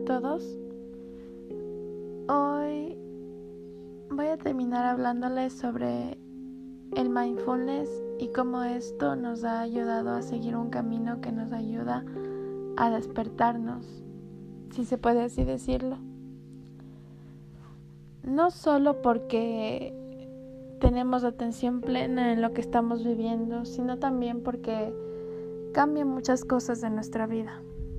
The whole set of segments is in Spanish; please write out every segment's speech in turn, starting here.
todos. Hoy voy a terminar hablándoles sobre el mindfulness y cómo esto nos ha ayudado a seguir un camino que nos ayuda a despertarnos, si se puede así decirlo. No solo porque tenemos atención plena en lo que estamos viviendo, sino también porque cambia muchas cosas de nuestra vida.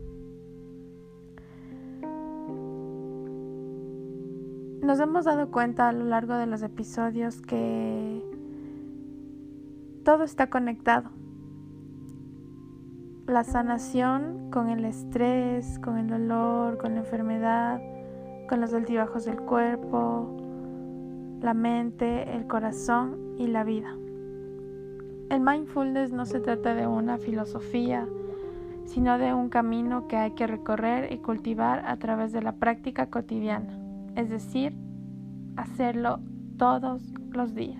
Nos hemos dado cuenta a lo largo de los episodios que todo está conectado. La sanación con el estrés, con el dolor, con la enfermedad, con los altibajos del cuerpo, la mente, el corazón y la vida. El mindfulness no se trata de una filosofía, sino de un camino que hay que recorrer y cultivar a través de la práctica cotidiana, es decir, hacerlo todos los días.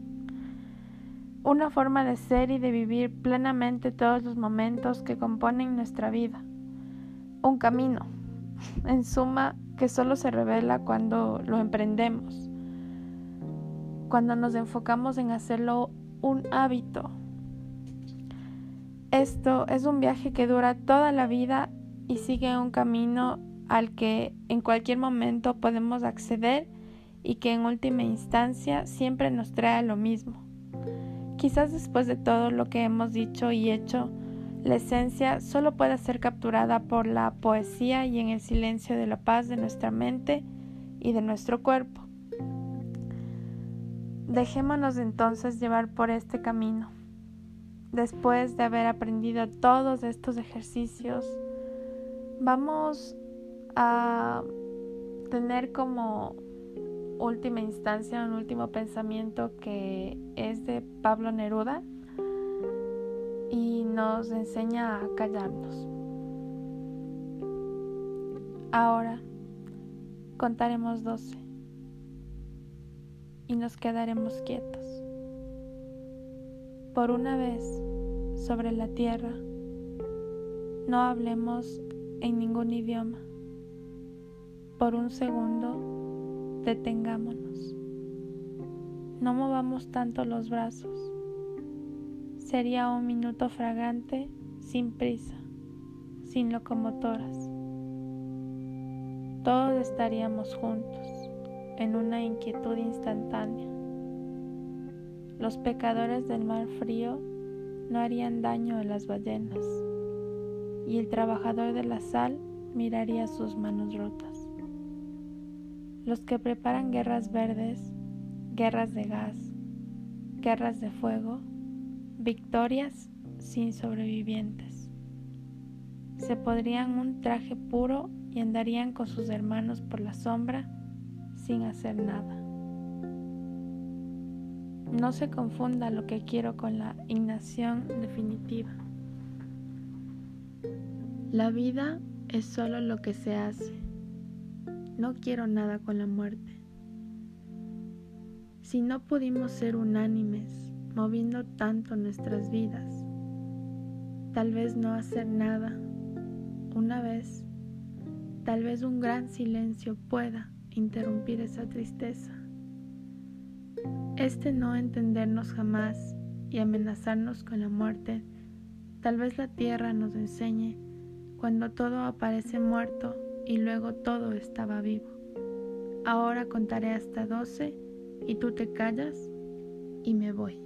Una forma de ser y de vivir plenamente todos los momentos que componen nuestra vida. Un camino, en suma, que solo se revela cuando lo emprendemos, cuando nos enfocamos en hacerlo un hábito. Esto es un viaje que dura toda la vida y sigue un camino al que en cualquier momento podemos acceder y que en última instancia siempre nos trae lo mismo. Quizás después de todo lo que hemos dicho y hecho, la esencia solo pueda ser capturada por la poesía y en el silencio de la paz de nuestra mente y de nuestro cuerpo. Dejémonos entonces llevar por este camino. Después de haber aprendido todos estos ejercicios, vamos a tener como última instancia un último pensamiento que es de Pablo Neruda y nos enseña a callarnos. Ahora contaremos 12 y nos quedaremos quietos. Por una vez sobre la tierra, no hablemos en ningún idioma. Por un segundo, detengámonos. No movamos tanto los brazos. Sería un minuto fragante, sin prisa, sin locomotoras. Todos estaríamos juntos, en una inquietud instantánea. Los pecadores del mar frío no harían daño a las ballenas, y el trabajador de la sal miraría sus manos rotas. Los que preparan guerras verdes, guerras de gas, guerras de fuego, victorias sin sobrevivientes. Se pondrían un traje puro y andarían con sus hermanos por la sombra sin hacer nada. No se confunda lo que quiero con la ignición definitiva. La vida es solo lo que se hace. No quiero nada con la muerte. Si no pudimos ser unánimes, moviendo tanto nuestras vidas, tal vez no hacer nada, una vez, tal vez un gran silencio pueda interrumpir esa tristeza. Este no entendernos jamás y amenazarnos con la muerte, tal vez la tierra nos enseñe cuando todo aparece muerto y luego todo estaba vivo. Ahora contaré hasta 12 y tú te callas y me voy.